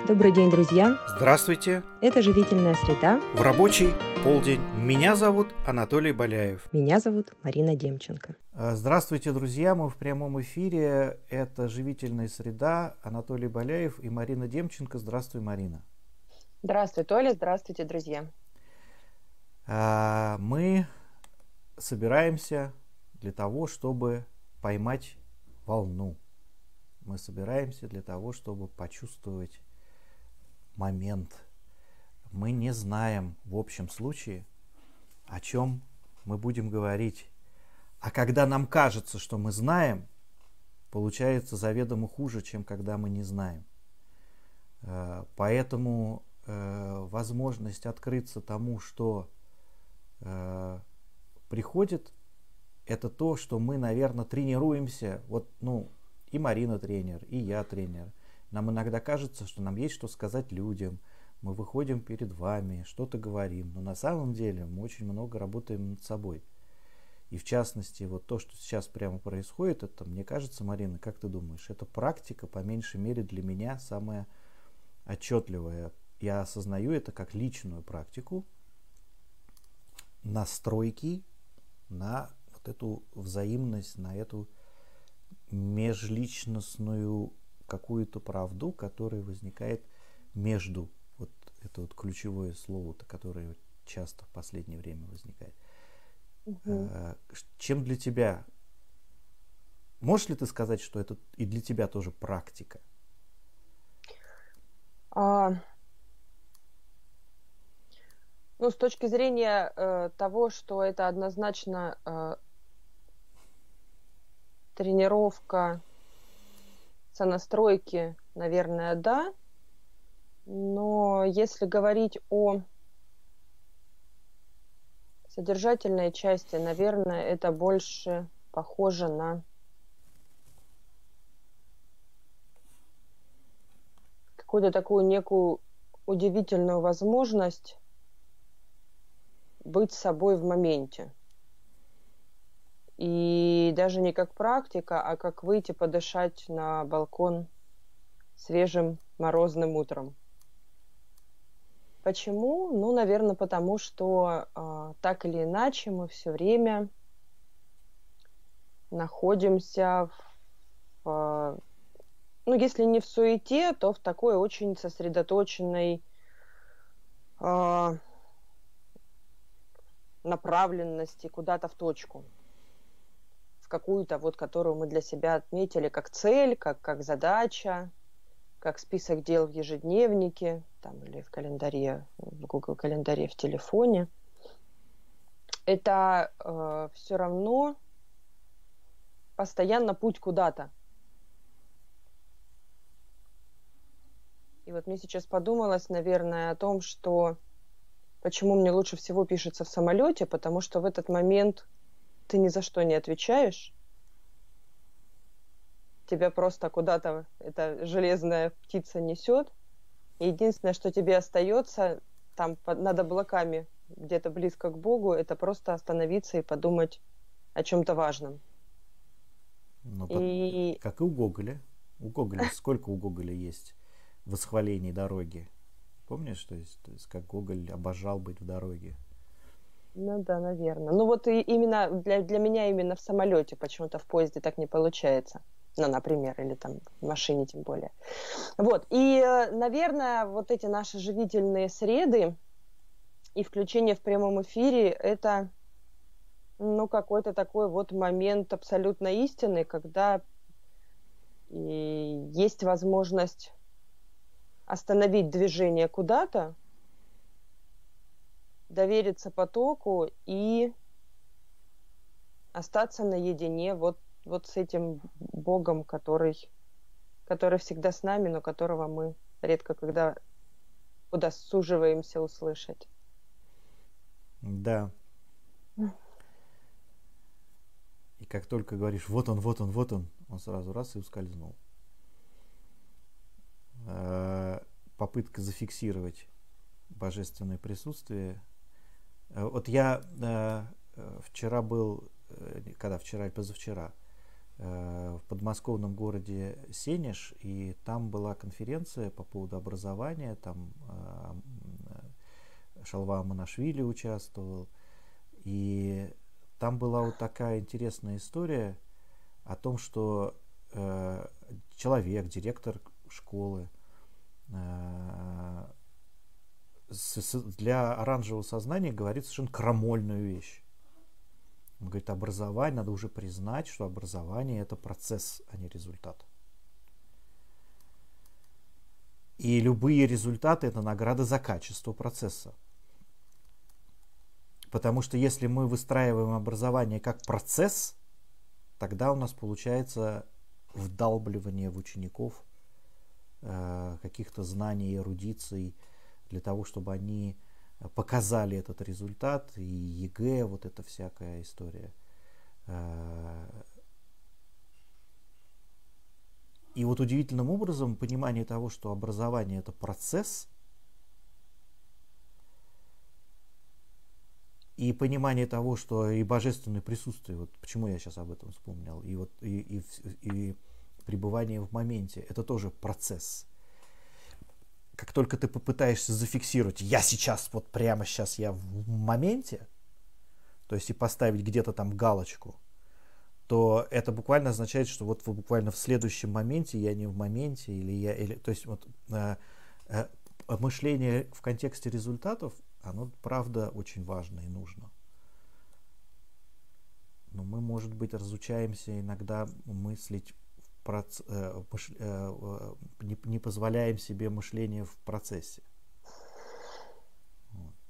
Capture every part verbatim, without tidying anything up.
Добрый день, друзья! Здравствуйте! Это «Живительная среда». В рабочий полдень. Меня зовут Анатолий Боляев. Меня зовут Марина Демченко. Здравствуйте, друзья! Мы в прямом эфире. Это «Живительная среда». Анатолий Боляев и Марина Демченко. Здравствуй, Марина. Здравствуй, Толя. Здравствуйте, друзья. Мы собираемся для того, чтобы поймать волну. Мы собираемся для того, чтобы почувствовать момент. Мы не знаем в общем случае, о чем мы будем говорить. А когда нам кажется, что мы знаем, получается заведомо хуже, чем когда мы не знаем. Поэтому возможность открыться тому, что приходит, это то, что мы, наверное, тренируемся. Вот, ну, и Марина тренер, и я тренер. Нам иногда кажется, что нам есть что сказать людям. Мы выходим перед вами, что-то говорим. Но на самом деле мы очень много работаем над собой. И в частности, вот то, что сейчас прямо происходит, это, мне кажется, Марина, как ты думаешь, это практика, по меньшей мере для меня, самая отчетливая. Я осознаю это как личную практику настройки на вот эту взаимность, на эту межличностную какую-то правду, которая возникает между, вот это вот ключевое слово, которое часто в последнее время возникает. Угу. Чем для тебя, можешь ли ты сказать, что это и для тебя тоже практика? А, ну, с точки зрения э, того, что это однозначно э, тренировка сонастройки, наверное, да. Но если говорить о содержательной части, наверное, это больше похоже на какую-то такую некую удивительную возможность быть собой в моменте. И даже не как практика, а как выйти подышать на балкон свежим морозным утром. Почему? Ну, наверное, потому что э, так или иначе мы все время находимся в, э, ну, если не в суете, то в такой очень сосредоточенной э, направленности куда-то в точку. Какую-то, вот, которую мы для себя отметили как цель, как, как задача, как список дел в ежедневнике там, или в календаре, в Google календаре в телефоне. Это э, все равно постоянно путь куда-то. И вот мне сейчас подумалось, наверное, о том, что почему мне лучше всего пишется в самолете, потому что в этот момент ты ни за что не отвечаешь. Тебя просто куда-то эта железная птица несет. Единственное, что тебе остается там под, над облаками, где-то близко к Богу, это просто остановиться и подумать о чем-то важном. Ну, и... под... Как и у Гоголя. У Гоголя сколько у Гоголя есть восхвалений дороги? Помнишь, то есть, то есть как Гоголь обожал быть в дороге? Ну да, наверное. Ну вот и именно для, для меня именно в самолете, почему-то в поезде так не получается. Ну, например, или там в машине тем более. Вот. И, наверное, вот эти наши живительные среды и включение в прямом эфире, это, ну, какой-то такой вот момент абсолютно истины, когда и есть возможность остановить движение куда-то, довериться потоку и остаться наедине вот, вот с этим Богом, который, который всегда с нами, но которого мы редко когда удосуживаемся услышать. Да. И как только говоришь, вот он, вот он, вот он, он сразу раз и ускользнул. Попытка зафиксировать божественное присутствие. Вот я э, вчера был, когда вчера и позавчера, в подмосковном городе Сенеж, и там была конференция по поводу образования, там Шалва Амонашвили участвовал, и там была вот такая интересная история о том, что э, человек, директор школы, э, с, с, для оранжевого сознания говорит совершенно крамольную вещь. Он говорит, образование, надо уже признать, что образование — это процесс, а не результат. И любые результаты — это награда за качество процесса. Потому что если мы выстраиваем образование как процесс, тогда у нас получается вдалбливание в учеников э, каких-то знаний, эрудиций, для того, чтобы они показали этот результат, и ЕГЭ, вот эта всякая история. И вот удивительным образом понимание того, что образование — это процесс, и понимание того, что и божественное присутствие, вот почему я сейчас об этом вспомнил, и, вот, и, и, и пребывание в моменте — это тоже процесс. Как только ты попытаешься зафиксировать, я сейчас, вот прямо сейчас я в моменте, то есть и поставить где-то там галочку, то это буквально означает, что вот буквально в следующем моменте я не в моменте, или я, или, то есть вот э, э, мышление в контексте результатов, оно, правда, очень важно и нужно. Но мы, может быть, разучаемся иногда мыслить, проц... э, мыш... э, не, не позволяем себе мышления в процессе. Вот.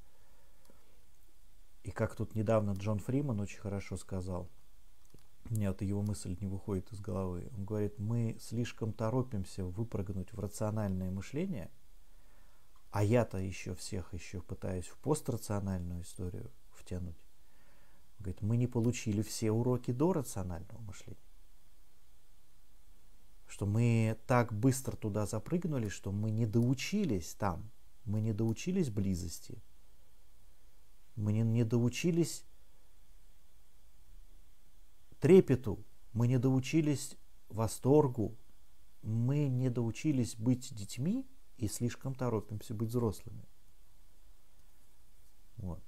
И как тут недавно Джон Фриман очень хорошо сказал, мне вот его мысль не выходит из головы, он говорит, мы слишком торопимся выпрыгнуть в рациональное мышление, а я-то еще всех еще пытаюсь в пострациональную историю втянуть. Он говорит, мы не получили все уроки до рационального мышления. Что мы так быстро туда запрыгнули, что мы не доучились там. Мы не доучились близости. Мы не, не доучились трепету. Мы не доучились восторгу. Мы не доучились быть детьми и слишком торопимся быть взрослыми. Вот.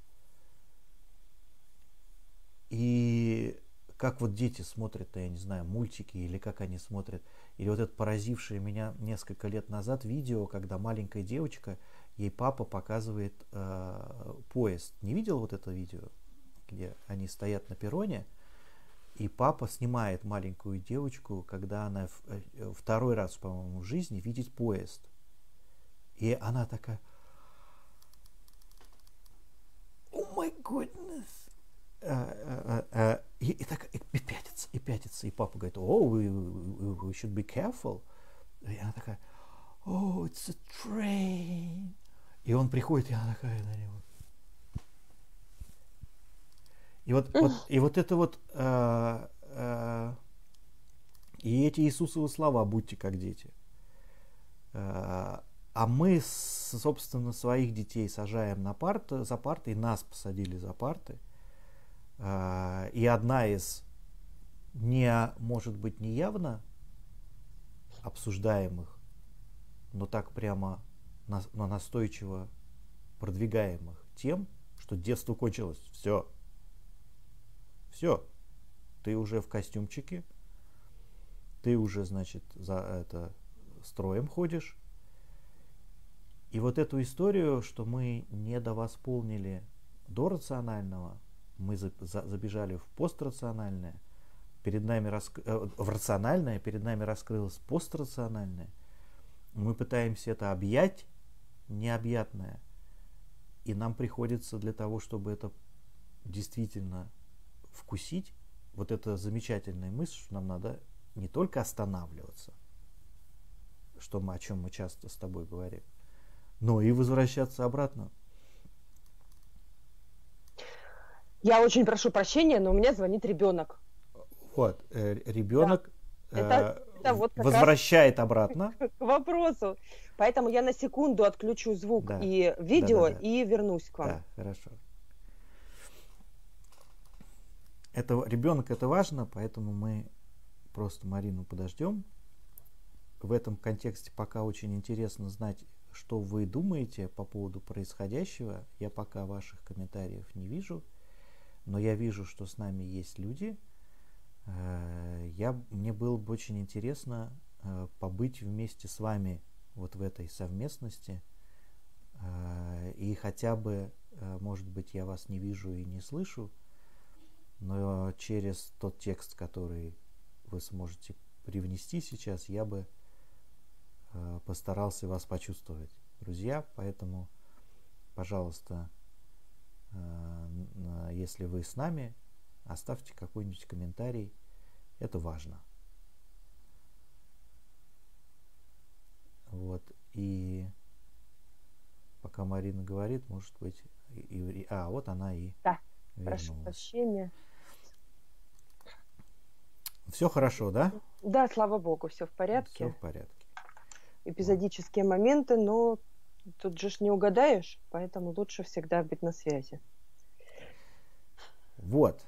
И как вот дети смотрят, я не знаю, мультики, или как они смотрят, или вот это поразившее меня несколько лет назад видео, когда маленькая девочка, ей папа показывает э, поезд. Не видел вот это видео, где они стоят на перроне, и папа снимает маленькую девочку, когда она в, э, второй раз, по-моему, в жизни видит поезд. И она такая, oh my goodness. А, а, а, и, и так и пятится, и пятится. И папа говорит, oh, we, we, we should be careful. И она такая, oh, it's a train. И он приходит, и она такая на него. И вот, вот, и вот это вот, а, а, и эти Иисусовы слова, будьте как дети. А, А мы, собственно, своих детей сажаем на парты, за парты, и нас посадили за парты. И одна из, не, может быть, не явно обсуждаемых, но так прямо но настойчиво продвигаемых тем, что детство кончилось. Все. Все. Ты уже в костюмчике, ты уже, значит, за это строем ходишь. И вот эту историю, что мы недовосполнили до рационального, мы за, за, забежали в пострациональное, перед нами раск... э, в рациональное, перед нами раскрылось пострациональное. Мы пытаемся это объять, необъятное. И нам приходится для того, чтобы это действительно вкусить, вот эта замечательная мысль, что нам надо не только останавливаться, что мы, о чем мы часто с тобой говорим, но и возвращаться обратно. Я очень прошу прощения, но у меня звонит ребенок. Вот, э, ребенок да. это, э, это вот возвращает обратно. К вопросу. Поэтому я на секунду отключу звук да. и видео, да, да, да. и вернусь к вам. Да, хорошо. Это, ребенок — это важно, поэтому мы просто Марину подождем. В этом контексте пока очень интересно знать, что вы думаете по поводу происходящего. Я пока ваших комментариев не вижу, но я вижу, что с нами есть люди. Я, мне было бы очень интересно побыть вместе с вами вот в этой совместности. И хотя бы, может быть, я вас не вижу и не слышу, но через тот текст, который вы сможете привнести сейчас, я бы постарался вас почувствовать, друзья. Поэтому, пожалуйста, если вы с нами, оставьте какой-нибудь комментарий. Это важно. Вот. И пока Марина говорит, может быть... И, и, а, вот она и да, вернулась. Прошу прощения. Все хорошо, да? Да, слава богу, все в порядке. Все в порядке. Эпизодические вот. моменты, но тут же ж не угадаешь, поэтому лучше всегда быть на связи. Вот.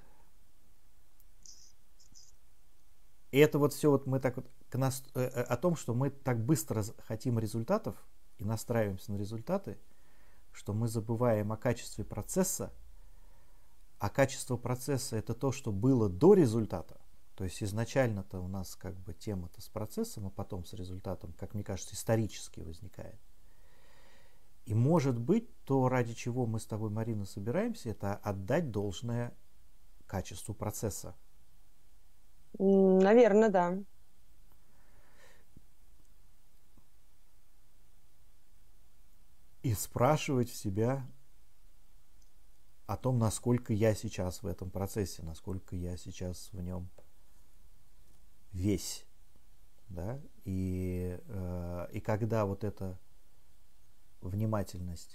И это вот все вот мы так вот к нас, э, о том, что мы так быстро хотим результатов и настраиваемся на результаты, что мы забываем о качестве процесса. А качество процесса — это то, что было до результата. То есть изначально-то у нас как бы тема-то с процессом, а потом с результатом, как мне кажется, исторически возникает. И может быть, то, ради чего мы с тобой, Марина, собираемся, это отдать должное качеству процесса. Наверное, да. И спрашивать в себя о том, насколько я сейчас в этом процессе, насколько я сейчас в нем весь. Да? И, э, и когда вот эта внимательность...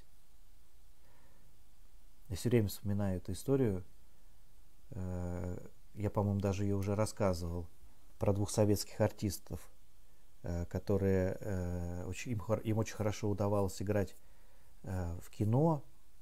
Я все время вспоминаю эту историю. Э, я, по-моему, даже ее уже рассказывал. Про двух советских артистов, э, которые... Э, очень, им, им очень хорошо удавалось играть э, в кино.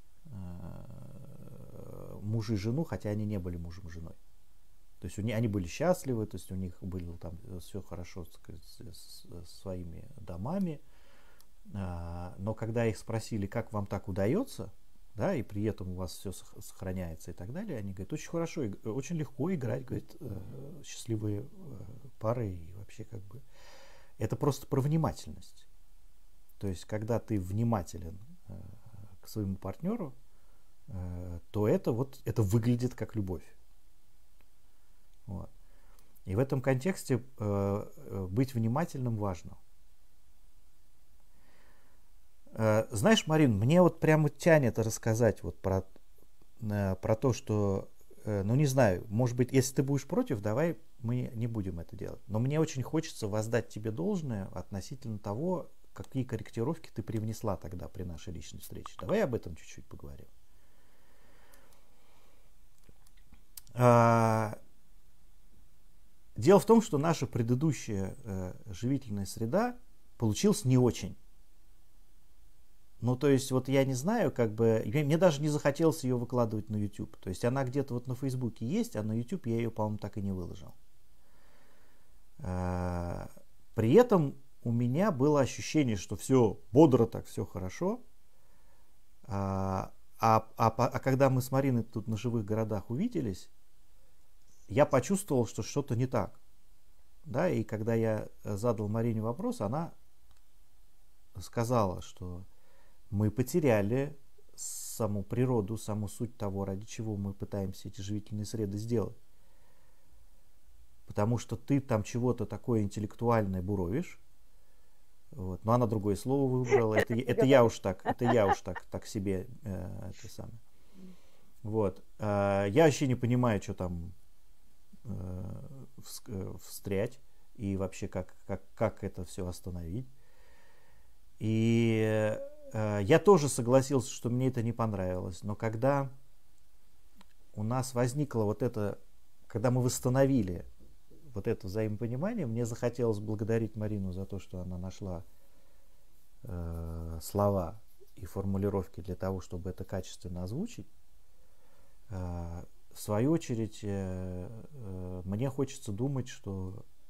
Э, муж и жену, хотя они не были мужем и женой. То есть они были счастливы, то есть у них было там все хорошо с, с, с своими домами. Но когда их спросили, как вам так удается, да, и при этом у вас все сохраняется и так далее, они говорят, очень хорошо, очень легко играть, говорит, счастливые пары, и вообще как бы это просто про внимательность. То есть когда ты внимателен к своему партнеру, то это вот это выглядит как любовь. Вот. И в этом контексте э, быть внимательным важно. Э, знаешь, Марин, мне вот прямо тянет рассказать вот про, э, про то, что, э, ну не знаю, может быть, если ты будешь против, давай мы не будем это делать. Но мне очень хочется воздать тебе должное относительно того, какие корректировки ты привнесла тогда при нашей личной встрече. Давай об этом чуть-чуть поговорим. А, дело в том, что наша предыдущая э, живительная среда получилась не очень. Ну, то есть, вот я не знаю, как бы, мне даже не захотелось ее выкладывать на YouTube. То есть, она где-то вот на Фейсбуке есть, а на YouTube я ее, по-моему, так и не выложил. А, при этом у меня было ощущение, что все бодро так, все хорошо. А, а, а, а когда мы с Мариной тут на живых городах увиделись, я почувствовал, что что-то не так. Да, и когда я задал Марине вопрос, она сказала, что мы потеряли саму природу, саму суть того, ради чего мы пытаемся эти живительные среды сделать. Потому что ты там чего-то такое интеллектуальное буровишь. Вот. Но она другое слово выбрала. Это, это я уж так, это я уж так, так себе э, это самое. Вот. Э, я вообще не понимаю, что там э, встрять и вообще как, как, как это все остановить. И э, я тоже согласился, что мне это не понравилось. Но когда у нас возникло вот это, когда мы восстановили вот это взаимопонимание, мне захотелось благодарить Марину за то, что она нашла э, слова и формулировки для того, чтобы это качественно озвучить. Э, в свою очередь, э, э, мне хочется думать, что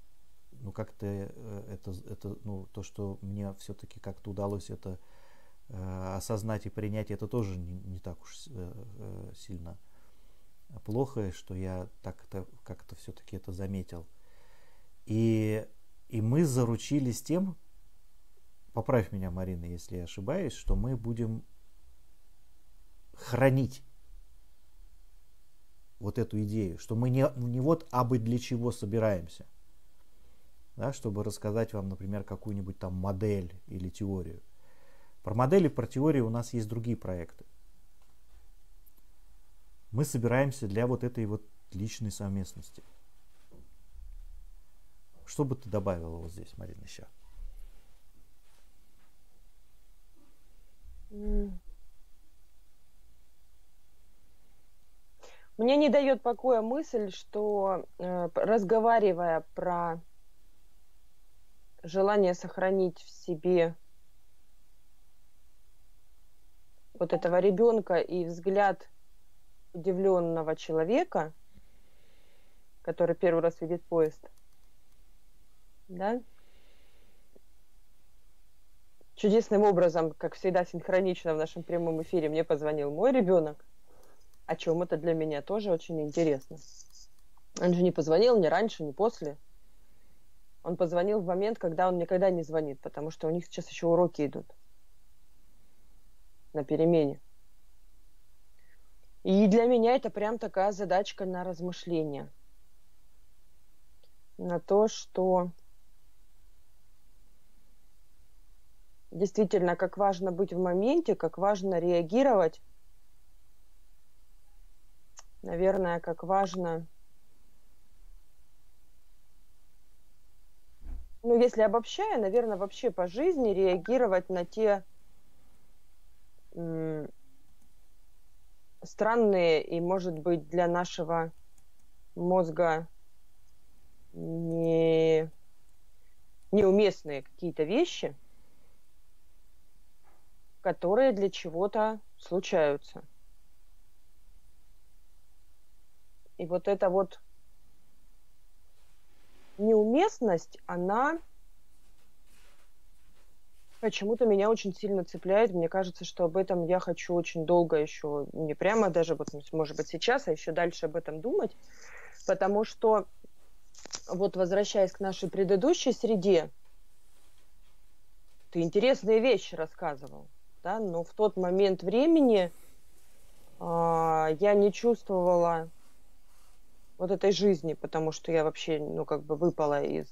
ну, как-то это, это, ну, то, что мне все-таки как-то удалось это э, осознать и принять, это тоже не, не так уж э, сильно плохо, что я так-то как-то все-таки это заметил. И, и мы заручились тем, поправь меня, Марина, если я ошибаюсь, что мы будем хранить вот эту идею, что мы не, не вот абы для чего собираемся, да, чтобы рассказать вам, например, какую-нибудь там модель или теорию. Про модели, про теории у нас есть другие проекты. Мы собираемся для вот этой вот личной совместности. Что бы ты добавила вот здесь, Марина, еще? Мне не дает покоя мысль, что э, разговаривая про желание сохранить в себе вот этого ребенка и взгляд удивленного человека, который первый раз видит поезд, да? Чудесным образом, как всегда синхронично в нашем прямом эфире, мне позвонил мой ребенок, о чем это для меня тоже очень интересно. Он же не позвонил ни раньше, ни после. Он позвонил в момент, когда он никогда не звонит, потому что у них сейчас еще уроки идут на перемене. И для меня это прям такая задачка на размышление. На то, что действительно, как важно быть в моменте, как важно реагировать. Наверное, как важно, ну, если обобщая, наверное, вообще по жизни реагировать на те м, странные и, может быть, для нашего мозга не, неуместные какие-то вещи, которые для чего-то случаются. И вот эта вот неуместность, она почему-то меня очень сильно цепляет. Мне кажется, что об этом я хочу очень долго еще, не прямо даже, вот, может быть, сейчас, а еще дальше об этом думать. Потому что, вот возвращаясь к нашей предыдущей среде, ты интересные вещи рассказывал, да, но в тот момент времени э, я не чувствовала вот этой жизни, потому что я вообще, ну, как бы выпала из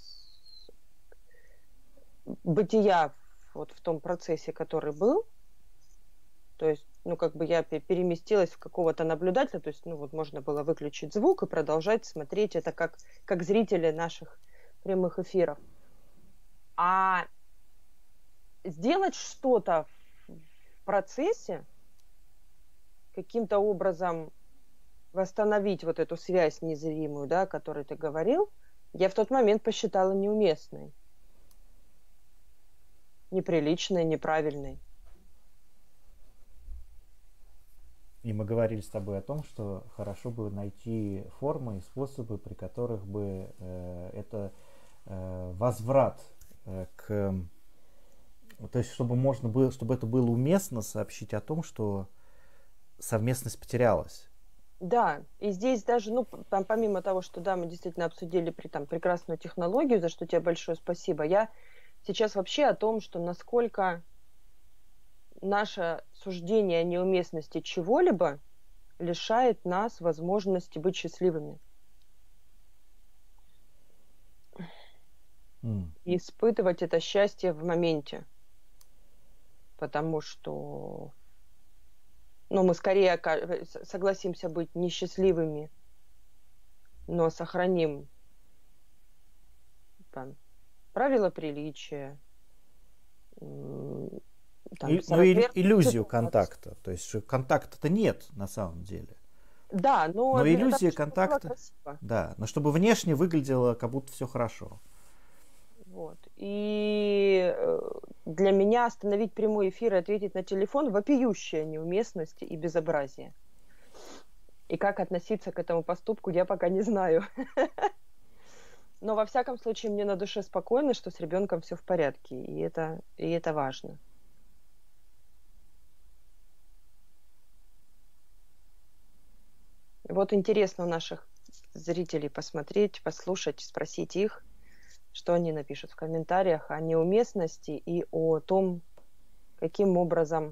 бытия вот в том процессе, который был. То есть, ну, как бы я переместилась в какого-то наблюдателя, то есть, ну, вот можно было выключить звук и продолжать смотреть это как, как зрители наших прямых эфиров. А сделать что-то в процессе, каким-то образом восстановить вот эту связь незримую, да, о которой ты говорил, я в тот момент посчитала неуместной, неприличной, неправильной. И мы говорили с тобой о том, что хорошо бы найти формы и способы, при которых бы э, это э, возврат э, к... То есть, чтобы можно было, чтобы это было уместно сообщить о том, что совместность потерялась. Да, и здесь даже, ну, там, помимо того, что, да, мы действительно обсудили при, там, прекрасную технологию, за что тебе большое спасибо, я сейчас вообще о том, что насколько наше суждение о неуместности чего-либо лишает нас возможности быть счастливыми. Mm. И испытывать это счастье в моменте. Потому что, ну, мы скорее согласимся быть несчастливыми, но сохраним там правила приличия, там, и, ну, и, иллюзию контакта. То есть, что контакта-то нет на самом деле. Да, но, но иллюзия контакта. Да, но чтобы внешне выглядело, как будто все хорошо. Вот. И для меня остановить прямой эфир и ответить на телефон — вопиющая неуместность и безобразие. И как относиться к этому поступку, я пока не знаю. Но во всяком случае мне на душе спокойно, что с ребенком все в порядке, и это, и это важно. Вот интересно у наших зрителей посмотреть, послушать, спросить их, что они напишут в комментариях о неуместности и о том, каким образом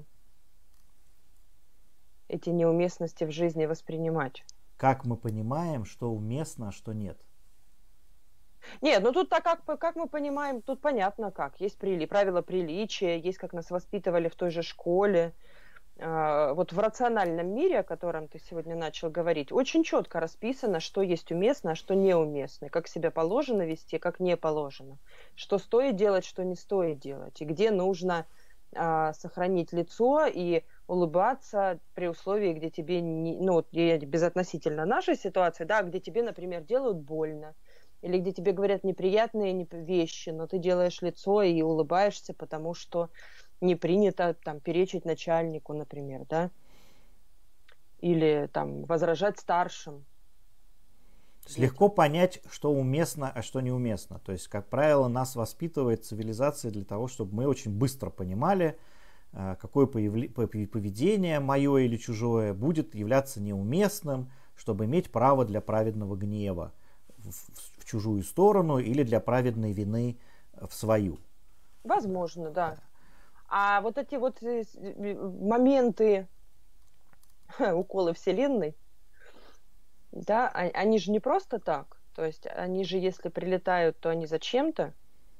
эти неуместности в жизни воспринимать. Как мы понимаем, что уместно, а что нет? Нет, ну тут так как, как мы понимаем, тут понятно как. Есть прили, правила приличия, есть как нас воспитывали в той же школе. А, вот в рациональном мире, о котором ты сегодня начал говорить, очень четко расписано, что есть уместно, а что неуместно, как себя положено вести, как не положено, что стоит делать, что не стоит делать, и где нужно а, сохранить лицо и улыбаться при условии, где тебе, не, ну, безотносительно нашей ситуации, да, где тебе, например, делают больно, или где тебе говорят неприятные вещи, но ты делаешь лицо и улыбаешься, потому что не принято там перечить начальнику, например, да, или там возражать старшим. Легко понять, что уместно, а что неуместно. То есть, как правило, нас воспитывает цивилизация для того, чтобы мы очень быстро понимали, какое поведение мое или чужое будет являться неуместным, чтобы иметь право для праведного гнева в чужую сторону или для праведной вины в свою. Возможно, да. А вот эти вот моменты, уколы вселенной, да, они же не просто так. То есть они же, если прилетают, то они зачем-то.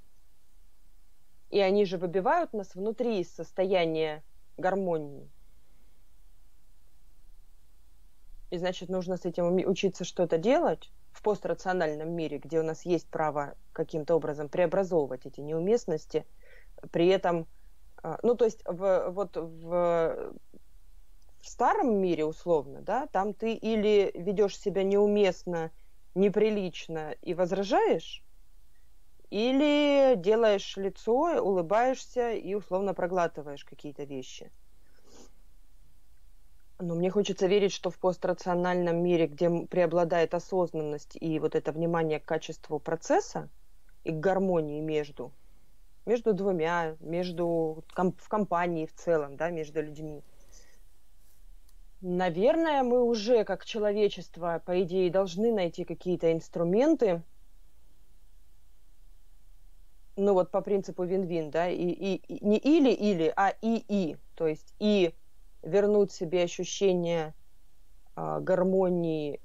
И они же выбивают нас внутри из состояния гармонии. И значит, нужно с этим учиться что-то делать в пострациональном мире, где у нас есть право каким-то образом преобразовывать эти неуместности, при этом, ну, то есть в, вот в, в старом мире условно, да, там ты или ведешь себя неуместно, неприлично и возражаешь, или делаешь лицо, улыбаешься и условно проглатываешь какие-то вещи. Но мне хочется верить, что в пострациональном мире, где преобладает осознанность и вот это внимание к качеству процесса и к гармонии между, между двумя, между, в компании в целом, да, между людьми, наверное, мы уже как человечество, по идее, должны найти какие-то инструменты, ну вот по принципу вин-вин, да, и, и, и не или-или, а и-и, то есть и вернуть себе ощущение а, гармонии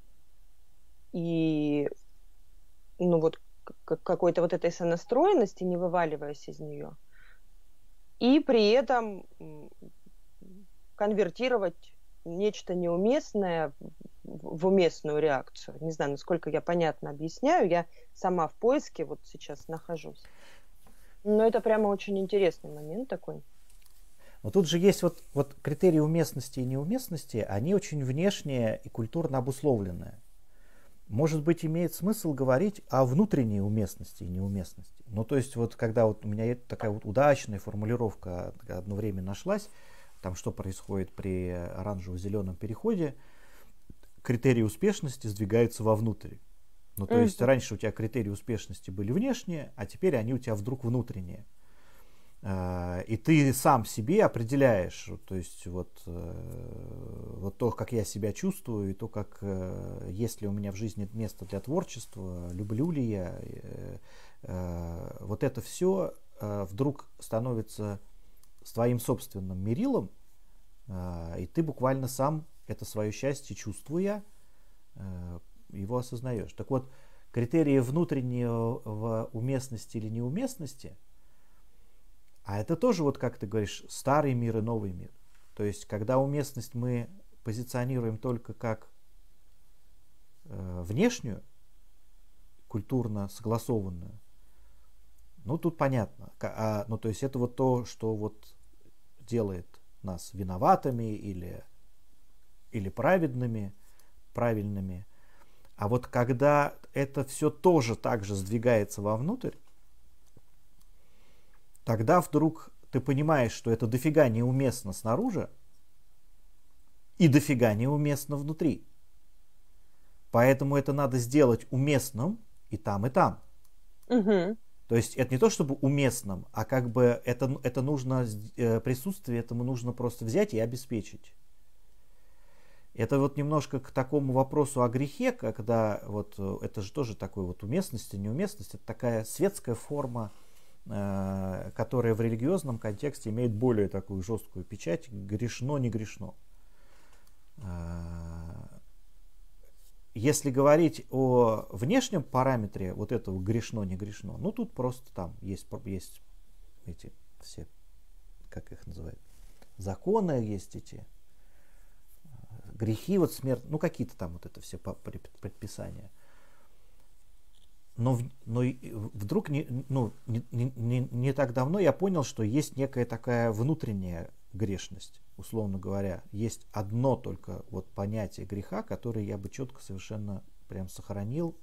и, ну вот, какой-то вот этой сонастроенности, не вываливаясь из нее, и при этом конвертировать нечто неуместное в уместную реакцию. Не знаю, насколько я понятно объясняю, я сама в поиске вот сейчас нахожусь. Но это прямо очень интересный момент такой. Но тут же есть вот, вот критерии уместности и неуместности, они очень внешние и культурно обусловленные. Может быть, имеет смысл говорить о внутренней уместности и неуместности. Ну, то есть, вот когда вот у меня такая вот удачная формулировка одно время нашлась, там что происходит при оранжево-зеленом переходе, критерии успешности сдвигаются вовнутрь. Ну, то mm-hmm. есть, раньше у тебя критерии успешности были внешние, а теперь они у тебя вдруг внутренние. И ты сам себе определяешь, то есть вот, вот то, как я себя чувствую, и то, как есть ли у меня в жизни место для творчества, люблю ли я, вот это все вдруг становится с твоим собственным мерилом, и ты буквально сам это свое счастье, чувствуя, его осознаешь. Так вот, критерии внутренней уместности или неуместности, а это тоже, вот как ты говоришь, старый мир и новый мир. То есть, когда уместность мы позиционируем только как э, внешнюю, культурно согласованную, ну, тут понятно. А, ну, то есть, это вот то, что вот делает нас виноватыми или, или праведными, правильными. А вот когда это все тоже так же сдвигается вовнутрь, тогда вдруг ты понимаешь, что это дофига неуместно снаружи и дофига неуместно внутри. Поэтому это надо сделать уместным и там, и там. Угу. То есть это не то чтобы уместным, а как бы это, это нужно, присутствие этому нужно просто взять и обеспечить. Это вот немножко к такому вопросу о грехе, когда вот это же тоже такой вот уместность и неуместность, это такая светская форма, которая в религиозном контексте имеет более такую жесткую печать, грешно, не грешно. Если говорить о внешнем параметре вот этого грешно, не грешно, ну тут просто там есть, есть эти все, как их называют, законы, есть эти грехи, вот смерть, ну какие-то там вот это все предписания. Но, но вдруг не, ну, не, не, не так давно я понял, что есть некая такая внутренняя грешность, условно говоря. Есть одно только вот понятие греха, которое я бы четко совершенно прям сохранил.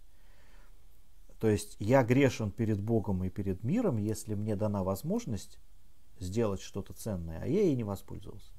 То есть я грешен перед Богом и перед миром, если мне дана возможность сделать что-то ценное, а я ей не воспользовался.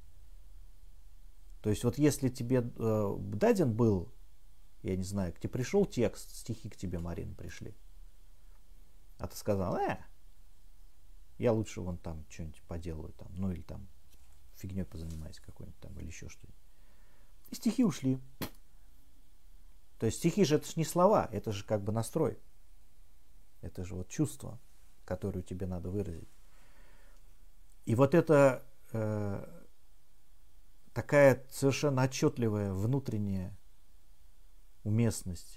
То есть вот если тебе э, даден был, я не знаю, к тебе пришел текст, стихи к тебе, Марина, пришли, а ты сказал, э, я лучше вон там что-нибудь поделаю, там, ну или там фигней позанимаюсь какой-нибудь там, или еще что-нибудь. И стихи ушли. То есть стихи же это же не слова, это же как бы настрой. Это же вот чувство, которое тебе надо выразить. И вот это э, такая совершенно отчетливая внутренняя уместность,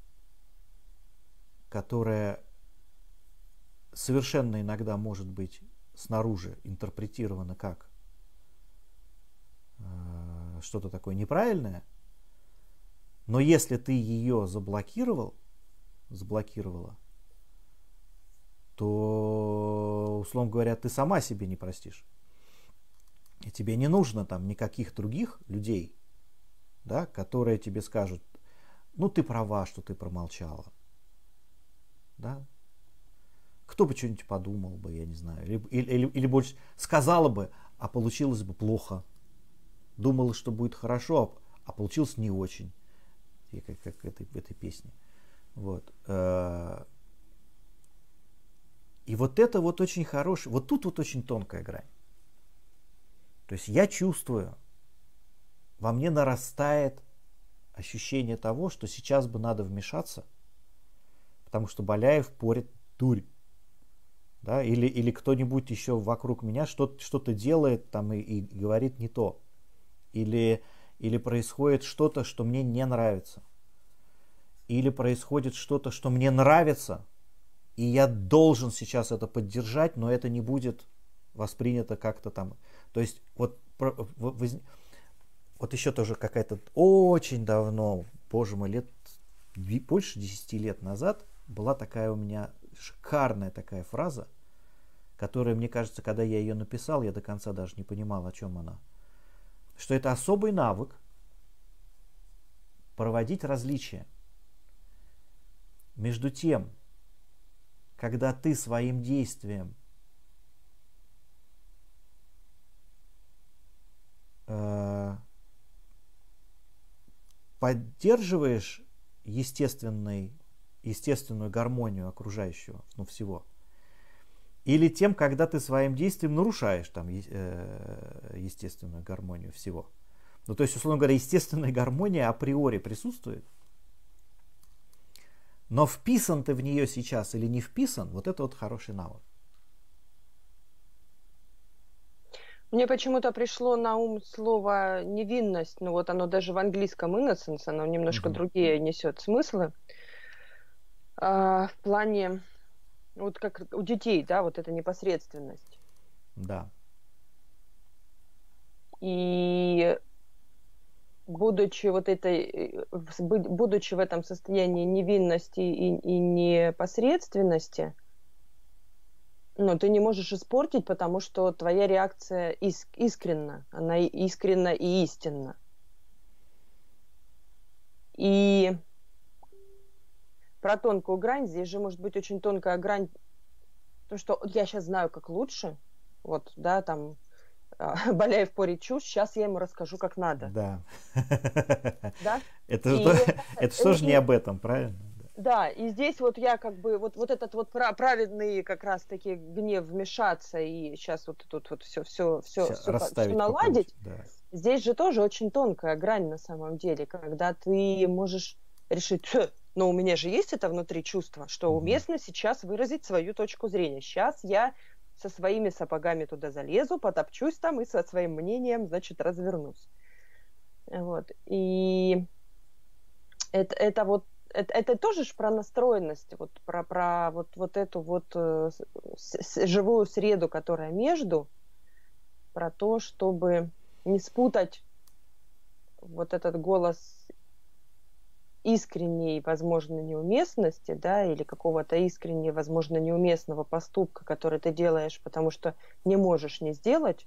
которая совершенно иногда может быть снаружи интерпретирована как э, что-то такое неправильное, но если ты ее заблокировал, заблокировала, то, условно говоря, ты сама себе не простишь. И тебе не нужно там никаких других людей, да, которые тебе скажут, ну ты права, что ты промолчала. Да? Кто бы что-нибудь подумал бы, я не знаю. Или, или, или больше сказала бы, а получилось бы плохо. Думала, что будет хорошо, а получилось не очень. И как, как в, этой, в этой песне. Вот. И вот это вот очень хороший, вот тут вот очень тонкая грань. То есть я чувствую, во мне нарастает ощущение того, что сейчас бы надо вмешаться, потому что Боляев порит дурь. Да? Или, или кто-нибудь еще вокруг меня что-то, что-то делает там и, и говорит не то. Или, или происходит что-то, что мне не нравится. Или происходит что-то, что мне нравится, и я должен сейчас это поддержать, но это не будет воспринято как-то там. То есть вот, вот еще тоже какая-то очень давно, боже мой, лет больше десяти лет назад была такая у меня шикарная такая фраза, которая, мне кажется, когда я ее написал, я до конца даже не понимал, о чем она. Что это особый навык проводить различия между тем, когда ты своим действием э, поддерживаешь естественный, естественную гармонию окружающего, ну, всего, или тем, когда ты своим действием нарушаешь там э, естественную гармонию всего. Ну, то есть, условно говоря, естественная гармония априори присутствует, но вписан ты в нее сейчас или не вписан, вот это вот хороший навык. Мне почему-то пришло на ум слово невинность, ну вот оно даже в английском innocence, оно немножко угу. другие несет смыслы. А, в плане, вот как у детей, да, вот эта непосредственность. Да. И будучи вот этой, будучи в этом состоянии невинности и, и непосредственности, ну, ты не можешь испортить, потому что твоя реакция иск, искренна, она искренна и истинна. И про тонкую грань, здесь же может быть очень тонкая грань, то, что я сейчас знаю, как лучше, вот, да, там, Боляев порит чушь, сейчас я ему расскажу, как надо. Да. Да? Это, и, что, это что же не об этом, правильно? Да, и здесь вот я как бы, вот, вот этот вот праведный как раз-таки гнев вмешаться и сейчас вот тут вот все, все, все, Вся- все, расставить по наладить, полочкам, да. здесь же тоже очень тонкая грань на самом деле, когда ты можешь решить, «Тьфу, но у меня же есть это внутри чувство, что Мгм. уместно сейчас выразить свою точку зрения. Сейчас я со своими сапогами туда залезу, потопчусь там и со своим мнением, значит, развернусь. Вот. И это, это вот это, это тоже ж про настроенность, вот про, про вот, вот эту вот э, с, с, живую среду, которая между, про то, чтобы не спутать вот этот голос искренней, возможно, неуместности, да, или какого-то искренне, возможно, неуместного поступка, который ты делаешь, потому что не можешь не сделать,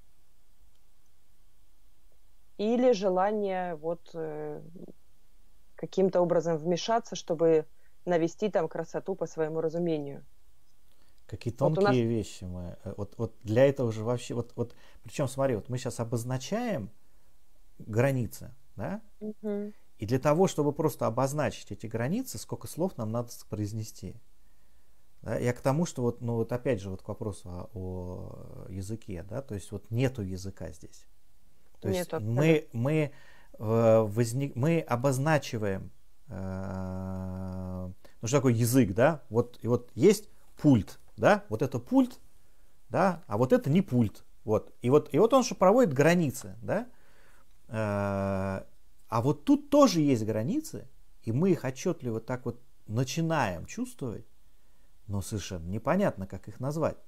или желание вот э, каким-то образом вмешаться, чтобы навести там красоту по своему разумению. Какие Вот у тонкие нас- вещи мы. э, Вот, вот для этого же вообще. Вот, вот, причем, смотри, вот мы сейчас обозначаем границы, да? Мгм. И для того, чтобы просто обозначить эти границы, сколько слов нам надо произнести. Да? Я к тому, что вот, ну вот опять же, вот к вопросу о, о языке, да, то есть вот нету языка здесь. То есть Нету, мы, мы, э, возник, мы обозначиваем, э, ну что такое язык, да? Вот, и вот есть пульт, да, вот это пульт, да, а вот это не пульт. Вот. И, вот, и вот он же проводит границы, да. Э, а вот тут тоже есть границы, и мы их отчетливо так вот начинаем чувствовать, но совершенно непонятно, как их назвать.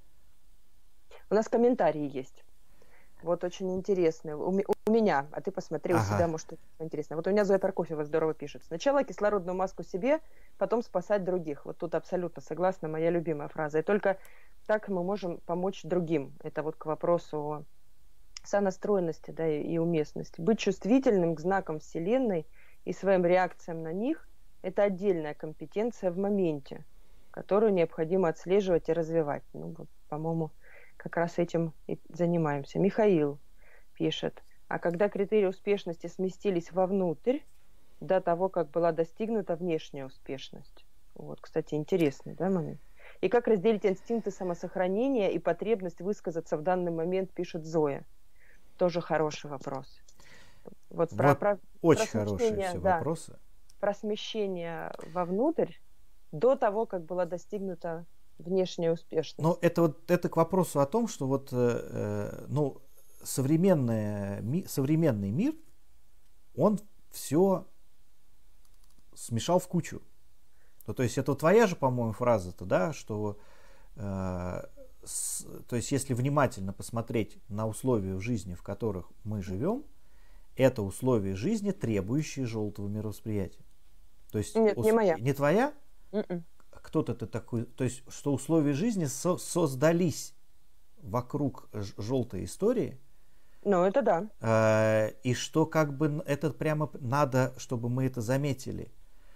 У нас комментарии есть. Вот очень интересные. У, ме- у меня, а ты посмотри у Ага. себя, может, что-то интересное. Вот у меня Зоя Прокофьева здорово пишет. Сначала кислородную маску себе, потом спасать других. Вот тут абсолютно согласна, моя любимая фраза. И только так мы можем помочь другим. Это вот к вопросу о сонастроенности, да, и, и уместности. Быть чувствительным к знакам Вселенной и своим реакциям на них – это отдельная компетенция в моменте, которую необходимо отслеживать и развивать. Ну, вот, по-моему, как раз этим и занимаемся. Михаил пишет. А когда критерии успешности сместились вовнутрь, до того, как была достигнута внешняя успешность. Вот, кстати, интересный, да, момент. И как разделить инстинкты самосохранения и потребность высказаться в данный момент, пишет Зоя. Тоже хороший вопрос. Вот, про, Вот про, очень про хорошие смещение, все да, вопросы. про смещение вовнутрь до того, как была достигнута внешняя успешность. Но это вот это к вопросу о том, что вот э, ну, современный, ми, современный мир, он все смешал в кучу. Ну, то есть это твоя же, по-моему, фраза-то, да, что э, с, то есть если внимательно посмотреть на условия в жизни, в которых мы живем, это условия жизни, требующие желтого мировосприятия. То есть Нет, ус- не моя. Не твоя? М-м. Кто-то ты такой, то есть что условия жизни со- создались вокруг ж- желтой истории, Ну, это да. э, и что как бы н- это прямо надо, чтобы мы это заметили.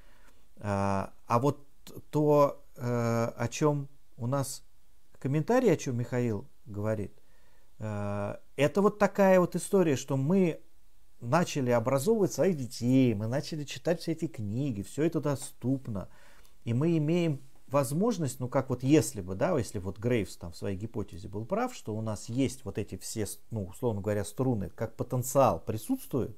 Э, а вот то, э, о чем у нас комментарий, о чем Михаил говорит, э, это вот такая вот история, что мы начали образовывать своих детей, мы начали читать все эти книги, все это доступно. И мы имеем возможность, ну как вот если бы, да, если вот Грейвс там в своей гипотезе был прав, что у нас есть вот эти все, ну условно говоря, струны, как потенциал присутствует,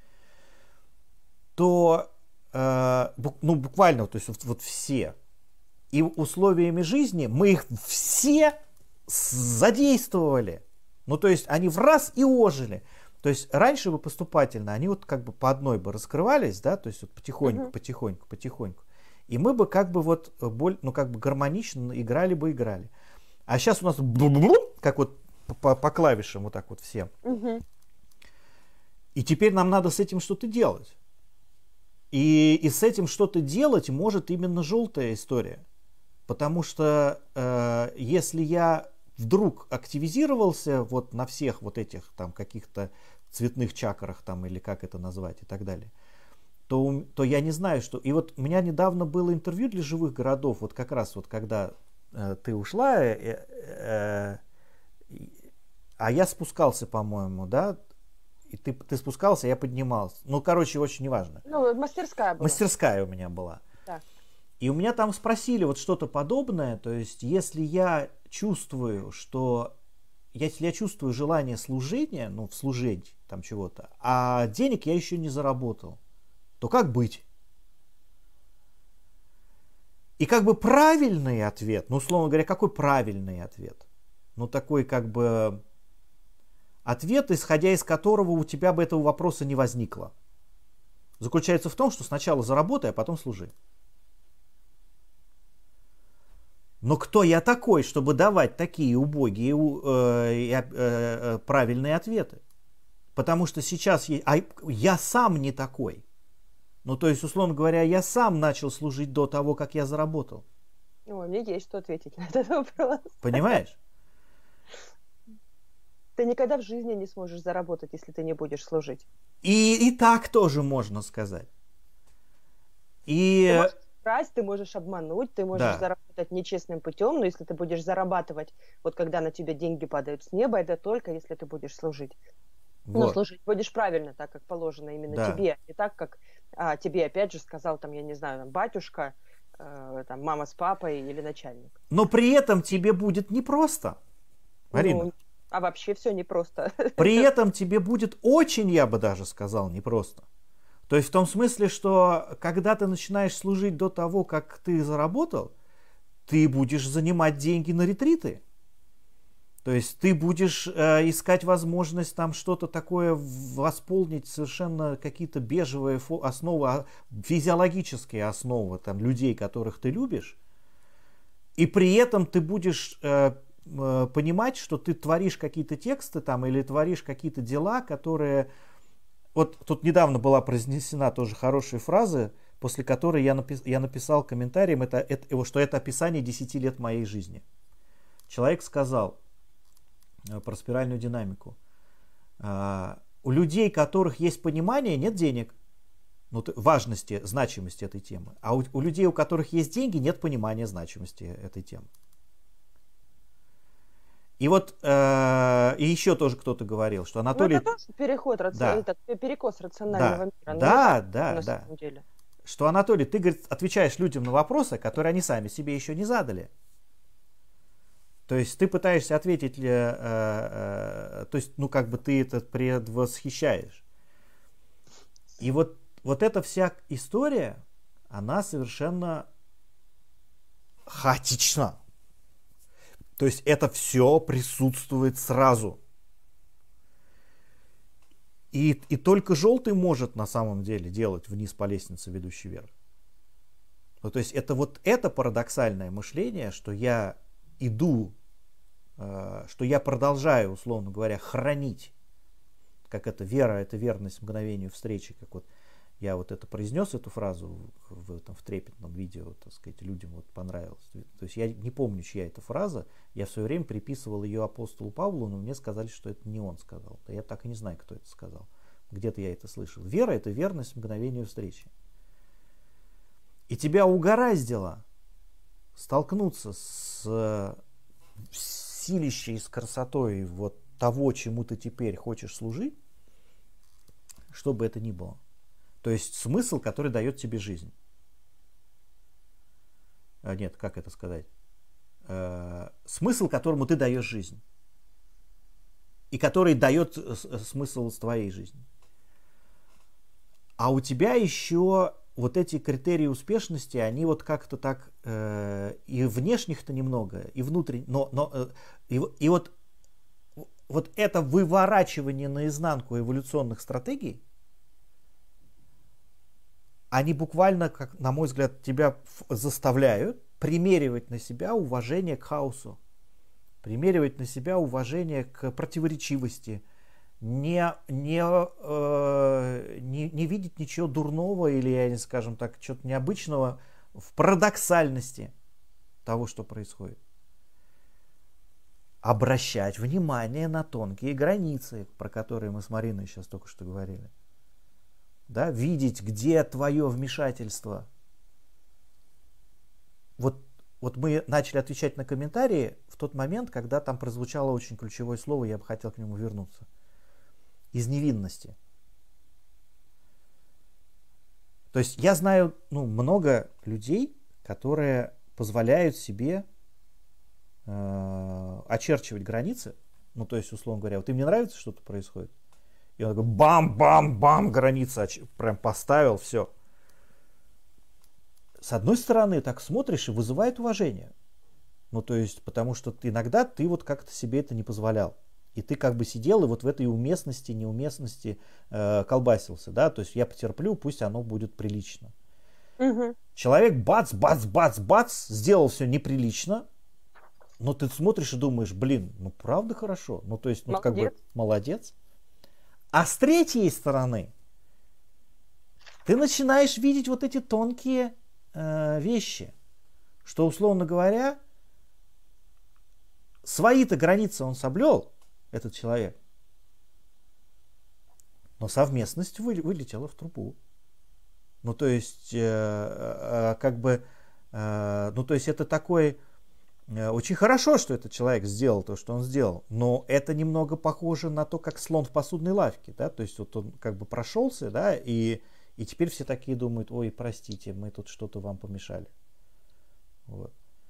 то, э, бук, ну буквально, то есть вот, вот все, и условиями жизни мы их все задействовали. Ну то есть они в раз и ожили. То есть раньше бы поступательно, они вот как бы по одной бы раскрывались, да, то есть вот потихоньку, Мгм. потихоньку, потихоньку. И мы бы как бы вот боль, ну как бы гармонично играли бы, играли. А сейчас у нас как вот по, по клавишам вот так вот всем. Мгм. И теперь нам надо с этим что-то делать. И, и с этим что-то делать может именно желтая история. Потому что э, если я вдруг активизировался вот на всех вот этих там каких-то цветных чакрах там или как это назвать и так далее, то, то я не знаю, что... И вот у меня недавно было интервью для живых городов, вот как раз вот когда э, ты ушла, э, э, э, а я спускался, по-моему, да, и ты, ты спускался, я поднимался. Ну, короче, очень неважно. Ну, мастерская была. Мастерская у меня была. Так. И у меня там спросили вот что-то подобное, то есть если я чувствую, что если я чувствую желание служения, ну, служить там чего-то, а денег я еще не заработал, то как быть? И как бы правильный ответ, ну, условно говоря, какой правильный ответ? Ну, такой как бы ответ, исходя из которого у тебя бы этого вопроса не возникло. Заключается в том, что сначала заработай, а потом служи. Но кто я такой, чтобы давать такие убогие э, э, э, правильные ответы? Потому что сейчас я, а я сам не такой. Ну, то есть, условно говоря, я сам начал служить до того, как я заработал. Ой, мне есть что ответить на этот вопрос. Понимаешь? Ты никогда в жизни не сможешь заработать, если ты не будешь служить. И, и так тоже можно сказать. И... Ты можешь украсть, ты можешь обмануть, ты можешь Да. заработать нечестным путем, но если ты будешь зарабатывать, вот когда на тебя деньги падают с неба, это только если ты будешь служить. Вот. Ну, служить будешь правильно, так как положено именно Да. тебе, не так, как а, тебе, опять же, сказал, там, я не знаю, там, батюшка, э, там, мама с папой или начальник. Но при этом тебе будет непросто, Марина. Ну, а вообще все непросто. При этом тебе будет очень, я бы даже сказал, непросто. То есть в том смысле, что когда ты начинаешь служить до того, как ты заработал, ты будешь занимать деньги на ретриты. То есть ты будешь э, искать возможность там что-то такое восполнить, совершенно какие-то бежевые фо- основы, физиологические основы там, людей, которых ты любишь. И при этом ты будешь э, э, понимать, что ты творишь какие-то тексты там или творишь какие-то дела, которые... Вот тут недавно была произнесена тоже хорошая фраза, после которой я, напис... я написал комментарием, это, это, что это описание десяти лет моей жизни. Человек сказал э, про спиральную динамику. Э, у людей, у которых есть понимание, нет денег. Ну, важности, значимости этой темы. А у, у людей, у которых есть деньги, нет понимания значимости этой темы. И вот э, и еще тоже кто-то говорил, что Анатолий... Ну, это тоже переход, да. этот, перекос рационального да. мира. Да, ну, да, на да. самом деле. Что, Анатолий, ты, говорит, отвечаешь людям на вопросы, которые они сами себе еще не задали. То есть ты пытаешься ответить, э, э, то есть, ну, как бы ты это предвосхищаешь. И вот, вот эта вся история, она совершенно хаотична. То есть это все присутствует сразу. И, и только желтый может на самом деле делать вниз по лестнице, ведущей вверх. Ну, то есть это вот это парадоксальное мышление, что я иду, э, что я продолжаю, условно говоря, хранить, как это вера, это верность мгновению встречи, как вот я вот это произнес, эту фразу в, в этом в трепетном видео, так сказать, людям вот понравилось. То есть я не помню, чья это фраза, я в свое время приписывал ее апостолу Павлу, но мне сказали, что это не он сказал. Да я так и не знаю, кто это сказал. Где-то я это слышал. Вера — это верность мгновению встречи. И тебя угораздило столкнуться с силищей, с красотой вот того, чему ты теперь хочешь служить, что бы это ни было. То есть смысл, который дает тебе жизнь. А, нет, как это сказать? Э, смысл, которому ты даешь жизнь. И который дает смысл твоей жизни. А у тебя еще вот эти критерии успешности, они вот как-то так э, и внешних-то немного, и внутренних. Но, но, э, и, и вот, вот это выворачивание наизнанку эволюционных стратегий, они буквально, как, на мой взгляд, тебя заставляют примеривать на себя уважение к хаосу, примеривать на себя уважение к противоречивости, не, не, э, не, не видеть ничего дурного или, скажем так, чего-то необычного в парадоксальности того, что происходит. Обращать внимание на тонкие границы, про которые мы с Мариной сейчас только что говорили. Да, видеть, где твое вмешательство. Вот, вот мы начали отвечать на комментарии в тот момент, когда там прозвучало очень ключевое слово, я бы хотел к нему вернуться. Из невинности. То есть я знаю ну, много людей, которые позволяют себе э, очерчивать границы. Ну, то есть, условно говоря, вот им не нравится, что-то происходит. И он такой бам-бам-бам, граница оч- прям поставил, все. С одной стороны, так смотришь и вызывает уважение. Ну, то есть, потому что ты, иногда ты вот как-то себе это не позволял. И ты как бы сидел и вот в этой уместности, неуместности э, колбасился, да, то есть я потерплю, пусть оно будет прилично. Угу. Человек бац, бац, бац, бац, сделал все неприлично, но ты смотришь и думаешь, блин, ну правда хорошо, ну то есть, ну Молодец. как бы молодец. А с третьей стороны, ты начинаешь видеть вот эти тонкие э, вещи, что, условно говоря, свои-то границы он соблюл, этот человек, но совместность вы, вылетела в трубу. Ну, то есть, э, э, как бы, э, ну, то есть, это такой, э, очень хорошо, что этот человек сделал то, что он сделал, но это немного похоже на то, как слон в посудной лавке, да, то есть, вот он как бы прошелся, да, и, и теперь все такие думают, ой, простите, мы тут что-то вам помешали. Вот.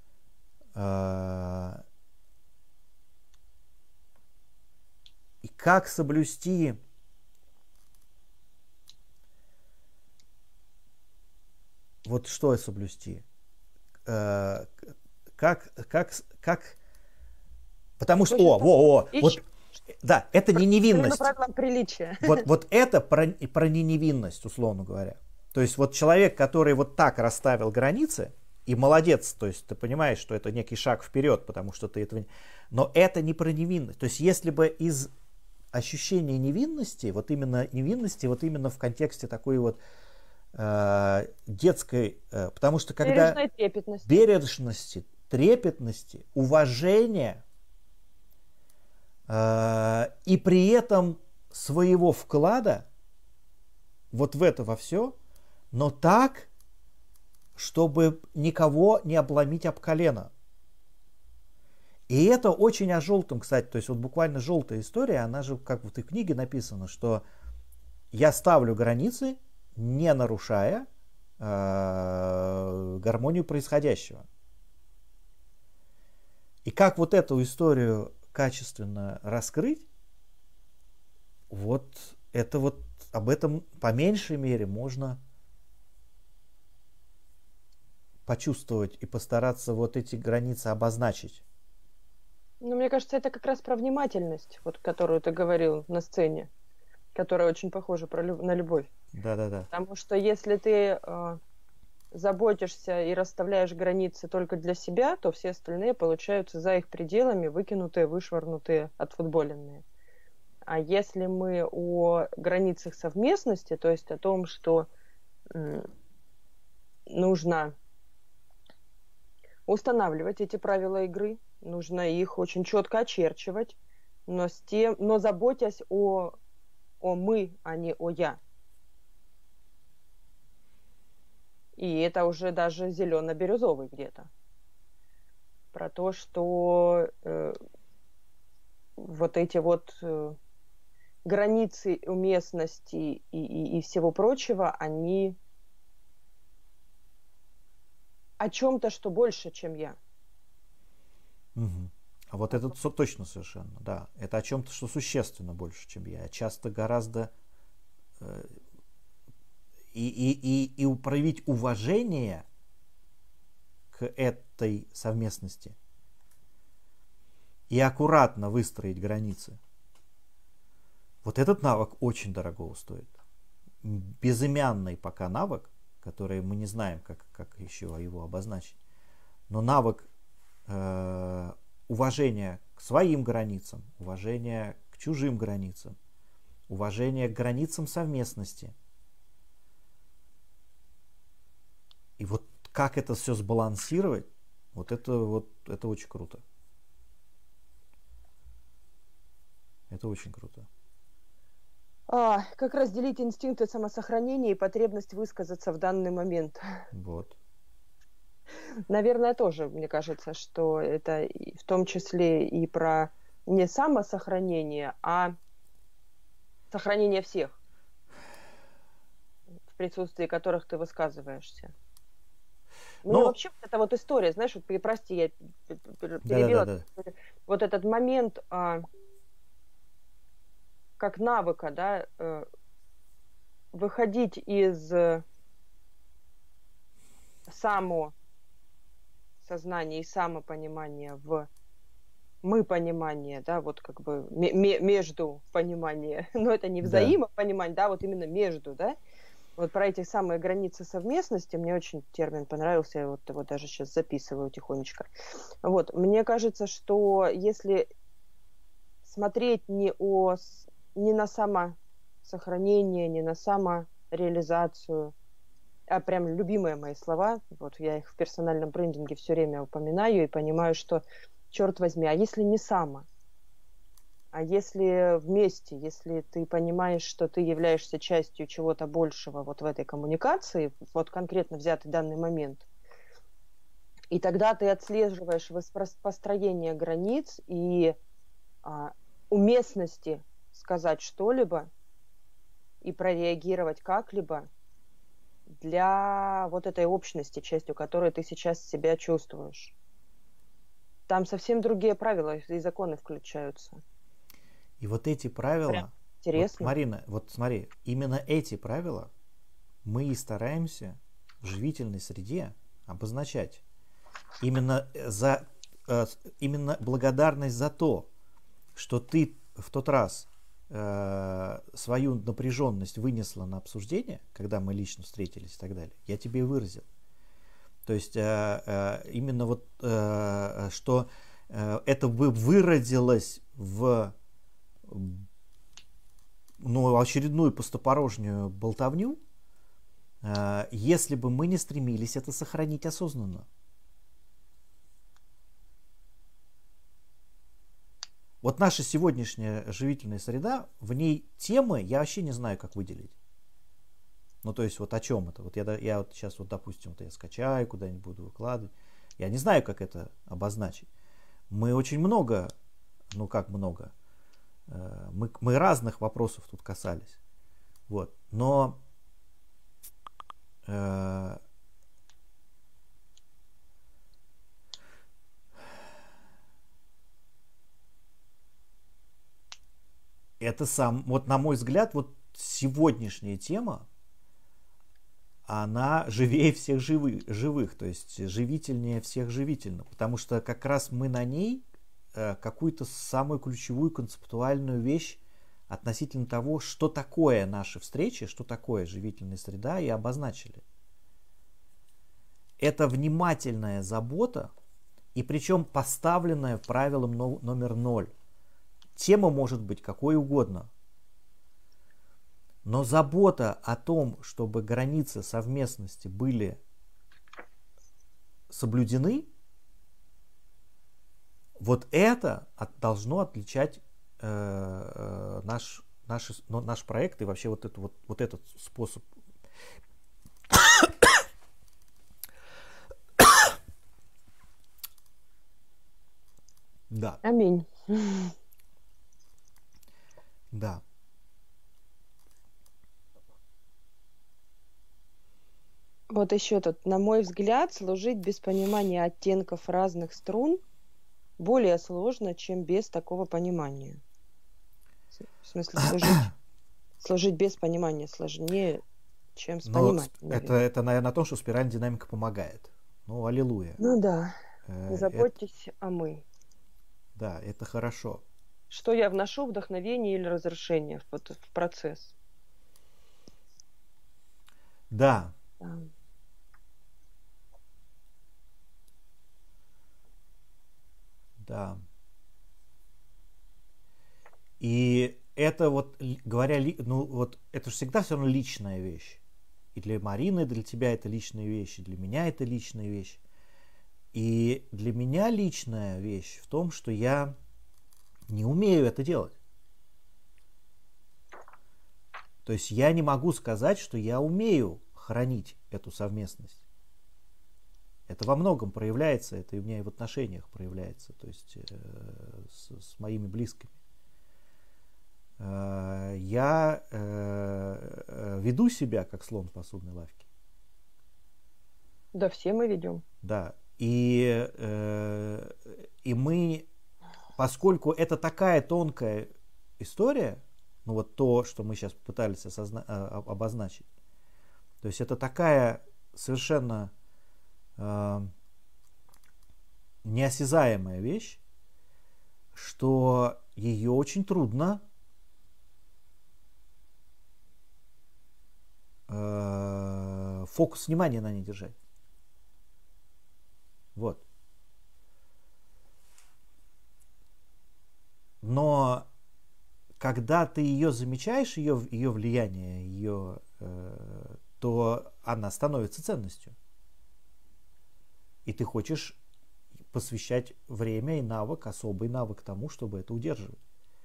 И как соблюсти вот что соблюсти? Э, как, как, как, потому что, о, во, о, вот, да, это не невинность. Приличия. Вот, вот это про, про не невинность, условно говоря. То есть вот человек, который вот так расставил границы, и молодец, то есть ты понимаешь, что это некий шаг вперед, потому что ты этого не... Но это не про невинность. То есть если бы из ощущения невинности, вот именно невинности, вот именно в контексте такой вот э, детской, э, потому что когда... Бережной трепетности. Бережности, трепетности, уважения, э, и при этом своего вклада вот в это во все, но так, чтобы никого не обломить об колено. И это очень о желтом, кстати, то есть вот буквально желтая история, она же как в этой книге написана, что я ставлю границы, не нарушая э, гармонию происходящего. И как вот эту историю качественно раскрыть, вот это вот об этом по меньшей мере можно почувствовать и постараться вот эти границы обозначить. Ну, мне кажется, это как раз про внимательность, вот, которую ты говорил на сцене, которая очень похожа про люб... на любовь. Да-да-да. Потому что если ты э, заботишься и расставляешь границы только для себя, то все остальные получаются за их пределами выкинутые, вышвырнутые, отфутболенные. А если мы о границах совместности, то есть о том, что э, нужно устанавливать эти правила игры, нужно их очень четко очерчивать, но, с тем, но заботясь о, о мы, а не о я. И это уже даже зелено-бирюзовый где-то. Про то, что э, вот эти вот э, границы уместности и, и, и всего прочего, они о чем-то, что больше, чем я. Угу. А вот это точно совершенно, да. Это о чем-то, что существенно больше, чем я. Часто гораздо э, и, и, и, и проявить уважение к этой совместности и аккуратно выстроить границы. Вот этот навык очень дорого стоит. Безымянный пока навык, который мы не знаем, как, как еще его обозначить. Но навык э, уважения к своим границам, уважения к чужим границам, уважения к границам совместности. И вот как это все сбалансировать, вот это, вот, это очень круто. Это очень круто. А, как разделить инстинкты самосохранения и потребность высказаться в данный момент. Вот. Наверное, тоже, мне кажется, что это в том числе и про не самосохранение, а сохранение всех, в присутствии которых ты высказываешься. Мне Но... вообще вот эта вот история, знаешь, вот, прости, я перебила, Да, да, да. вот этот момент а, как навыка, да, выходить из самосознания и самопонимания в мы-понимание, да, вот как бы между понимание, но это не взаимопонимание, да. да, вот именно между, да, вот про эти самые границы совместности, мне очень термин понравился, я вот его даже сейчас записываю тихонечко. Вот, мне кажется, что если смотреть не, о, не на самосохранение, не на самореализацию, а прям любимые мои слова, вот я их в персональном брендинге все время упоминаю и понимаю, что, черт возьми, а если не само? А если вместе, если ты понимаешь, что ты являешься частью чего-то большего вот в этой коммуникации, вот конкретно взятый данный момент, и тогда ты отслеживаешь построение границ и а, уместности сказать что-либо и прореагировать как-либо для вот этой общности, частью которой ты сейчас себя чувствуешь. Там совсем другие правила и законы включаются. И вот эти правила, Прям интересно. Вот, Марина, вот смотри, именно эти правила мы и стараемся в живительной среде обозначать. Именно, за, именно благодарность за то, что ты в тот раз э, свою напряженность вынесла на обсуждение, когда мы лично встретились и так далее, я тебе и выразил. То есть э, э, именно вот, э, что э, это бы выродилось в ну, очередную пустопорожнюю болтовню, э, если бы мы не стремились это сохранить осознанно. Вот наша сегодняшняя живительная среда, в ней темы я вообще не знаю, как выделить. Ну, то есть, вот о чем это? Вот я, я вот сейчас, вот, допустим, вот я скачаю, куда-нибудь буду выкладывать. Я не знаю, как это обозначить. Мы очень много, ну, как много, э, мы, мы разных вопросов тут касались. Вот. Но э, это сам, вот на мой взгляд, вот сегодняшняя тема, она живее всех живы, живых, то есть живительнее всех живительных, потому что как раз мы на ней э, какую-то самую ключевую концептуальную вещь относительно того, что такое наши встречи, что такое живительная среда, и обозначили. Это внимательная забота, и причем поставленная правилом номер ноль. Тема может быть какой угодно. Но забота о том, чтобы границы совместности были соблюдены, вот это от, должно отличать э, наш, наш, ну, наш проект и вообще вот, это, вот, вот этот способ. Да. Аминь. Да. Вот еще тут, на мой взгляд, служить без понимания оттенков разных струн более сложно, чем без такого понимания. В смысле, служить, служить без понимания сложнее, чем с Но пониманием. это, это, наверное, то, что спиральная динамика помогает. Ну, аллилуйя. Ну да. Э, Заботьтесь это, о мы. Да, это хорошо. Что я вношу, вдохновение или разрушение в, в процесс? Да. Да. Да. И это вот, говоря, ну вот, это же всегда все равно личная вещь. И для Марины, для тебя это личная вещь, и для меня это личная вещь. И для меня личная вещь в том, что я не умею это делать. То есть я не могу сказать, что я умею хранить эту совместность. Это во многом проявляется, это и у меня и в отношениях проявляется, то есть э, с, с моими близкими. Э, я э, веду себя как слон в посудной лавке. Да, все мы ведем. Да. И, э, и мы, поскольку это такая тонкая история, ну вот то, что мы сейчас пытались осозна- обозначить, то есть это такая совершенно э, неосязаемая вещь, что ее очень трудно э, фокус внимания на ней держать. Вот. Но когда ты ее замечаешь, ее, ее влияние, ее, э, то она становится ценностью. И ты хочешь посвящать время и навык, особый навык тому, чтобы это удерживать.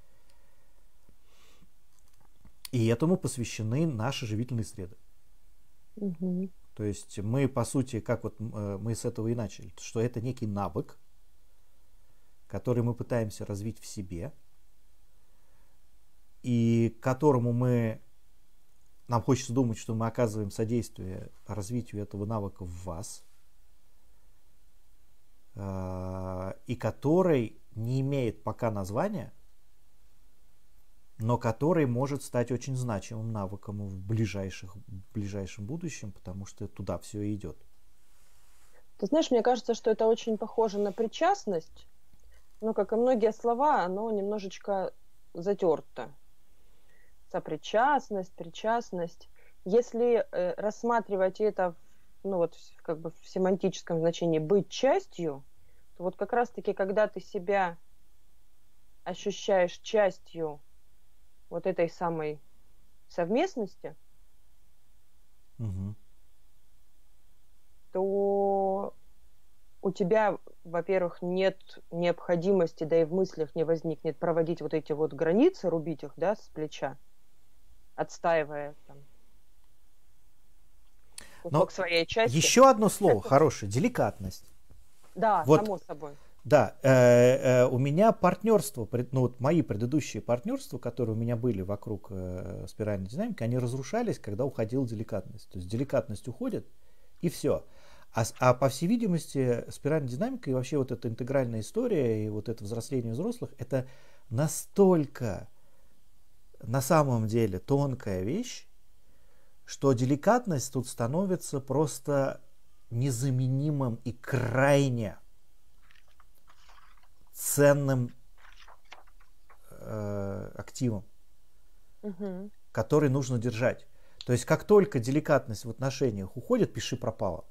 И этому посвящены наши живительные среды. Угу. То есть мы, по сути, как вот мы с этого и начали, что это некий навык, который мы пытаемся развить в себе, и к которому мы, нам хочется думать, что мы оказываем содействие развитию этого навыка в вас, и который не имеет пока названия, но который может стать очень значимым навыком в, ближайших, в ближайшем будущем, потому что туда все идет. Ты знаешь, мне кажется, что это очень похоже на причастность, но, как и многие слова, оно немножечко затерто. Сопричастность, причастность. Если э, рассматривать это ну, вот, как бы в семантическом значении быть частью, то вот как раз-таки, когда ты себя ощущаешь частью вот этой самой совместности, угу. то у тебя, во-первых, нет необходимости, да и в мыслях не возникнет проводить вот эти вот границы, рубить их, да, с плеча, отстаивая там кусок своей части. Еще одно слово хорошее, деликатность. Да, вот, само собой. Да, э, э, у меня партнерство, ну вот мои предыдущие партнерства, которые у меня были вокруг э, спиральной динамики, они разрушались, когда уходила деликатность. То есть деликатность уходит, и все. А, а по всей видимости, спиральная динамика и вообще вот эта интегральная история и вот это взросление взрослых, это настолько на самом деле тонкая вещь, что деликатность тут становится просто незаменимым и крайне ценным э, активом, угу. который нужно держать. То есть как только деликатность в отношениях уходит, пиши пропало.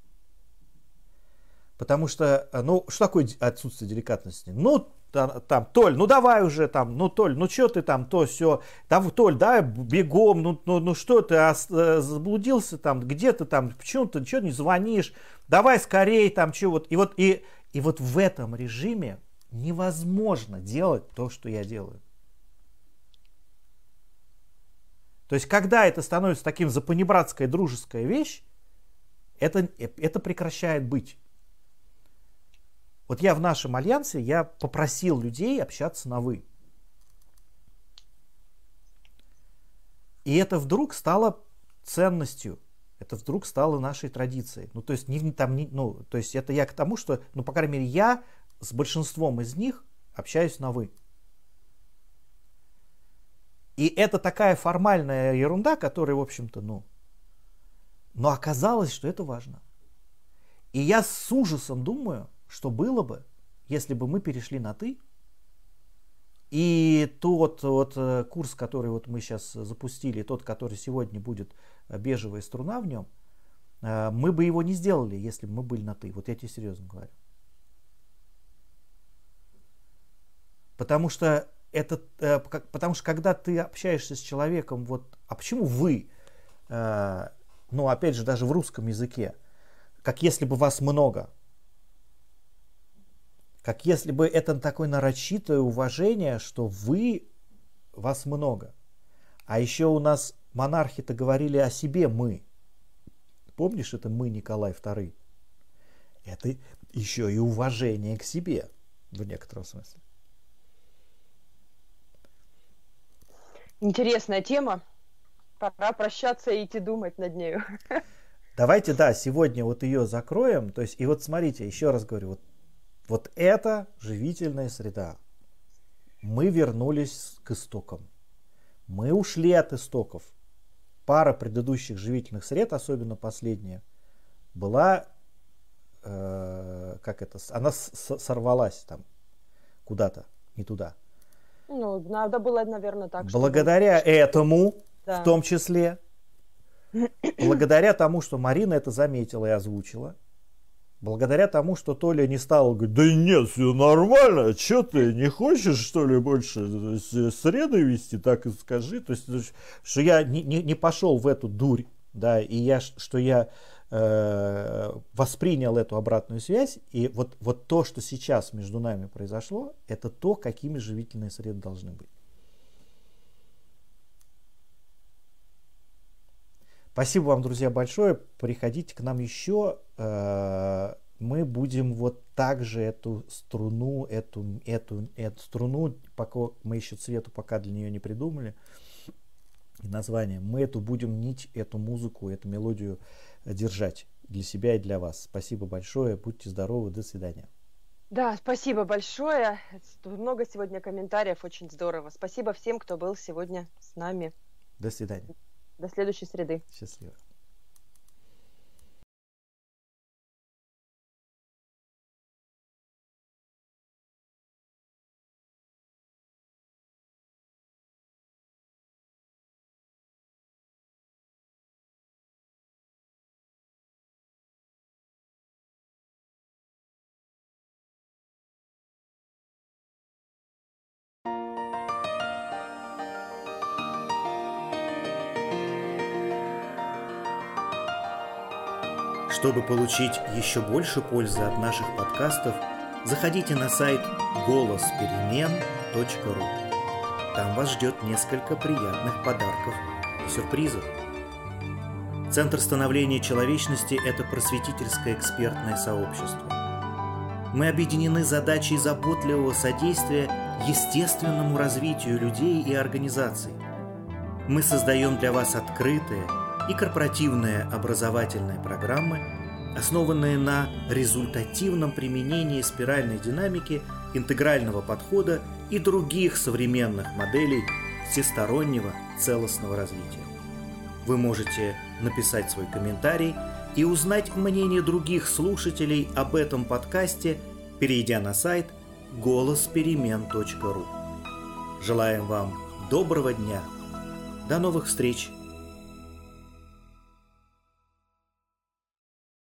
Потому что, ну, что такое отсутствие деликатности? Ну, там, там Толь, ну давай уже там, ну, Толь, ну что ты там, то, все, да, Толь, да, бегом, ну, ну, ну что ты, а, заблудился там, где ты там, почему ты, что не звонишь, давай скорее там, что вот, и вот, и, и вот в этом режиме невозможно делать то, что я делаю. То есть, когда это становится таким запанибратская дружеская вещь, это, это прекращает быть. Вот я в нашем альянсе, я попросил людей общаться на «вы». И это вдруг стало ценностью. Это вдруг стало нашей традицией. Ну, то есть, не, там, не, ну, то есть это я к тому, что, ну, по крайней мере, я с большинством из них общаюсь на «вы». И это такая формальная ерунда, которая, в общем-то, ну... Но оказалось, что это важно. И я с ужасом думаю, что было бы, если бы мы перешли на «ты», и тот вот курс, который вот мы сейчас запустили, тот, который сегодня будет бежевая струна в нем, мы бы его не сделали, если бы мы были на «ты». Вот я тебе серьезно говорю. Потому что это, потому что когда ты общаешься с человеком, вот, а почему вы, ну, опять же, даже в русском языке, как если бы вас много, как если бы это такое нарочитое уважение, что вы, вас много. А еще у нас монархи-то говорили о себе «мы». Помнишь, это «мы» Николай второй? Это еще и уважение к себе в некотором смысле. Интересная тема. Пора прощаться и идти думать над нею. Давайте, да, сегодня вот ее закроем. То есть, и вот смотрите, еще раз говорю, вот, вот это живительная среда. Мы вернулись к истокам. Мы ушли от истоков. Пара предыдущих живительных сред, особенно последняя, была, э, как это, она с- сорвалась там куда-то, не туда. Ну, надо было, наверное, так. Благодаря чтобы... этому, да. в том числе, благодаря тому, что Марина это заметила и озвучила, благодаря тому, что Толя не стал говорить, да нет, все нормально, что ты не хочешь, что ли, больше среды вести, так и скажи. То есть, что я не, не, не пошел в эту дурь, да, и я, что я э, воспринял эту обратную связь, и вот, вот то, что сейчас между нами произошло, это то, какими живительные среды должны быть. Спасибо вам, друзья, большое. Приходите к нам еще. Мы будем вот так же эту струну, эту, эту, эту струну, пока мы еще цвету пока для нее не придумали, и название, мы эту будем нить, эту музыку, эту мелодию держать для себя и для вас. Спасибо большое. Будьте здоровы. До свидания. Да, спасибо большое. Много сегодня комментариев. Очень здорово. Спасибо всем, кто был сегодня с нами. До свидания. До следующей среды. Счастливо. Чтобы получить еще больше пользы от наших подкастов, заходите на сайт голос перемен точка ру. Там вас ждет несколько приятных подарков и сюрпризов. Центр становления человечности – это просветительское экспертное сообщество. Мы объединены задачей заботливого содействия естественному развитию людей и организаций. Мы создаем для вас открытые и корпоративные образовательные программы, основанные на результативном применении спиральной динамики, интегрального подхода и других современных моделей всестороннего целостного развития. Вы можете написать свой комментарий и узнать мнение других слушателей об этом подкасте, перейдя на сайт голос перемен точка ру. Желаем вам доброго дня. До новых встреч!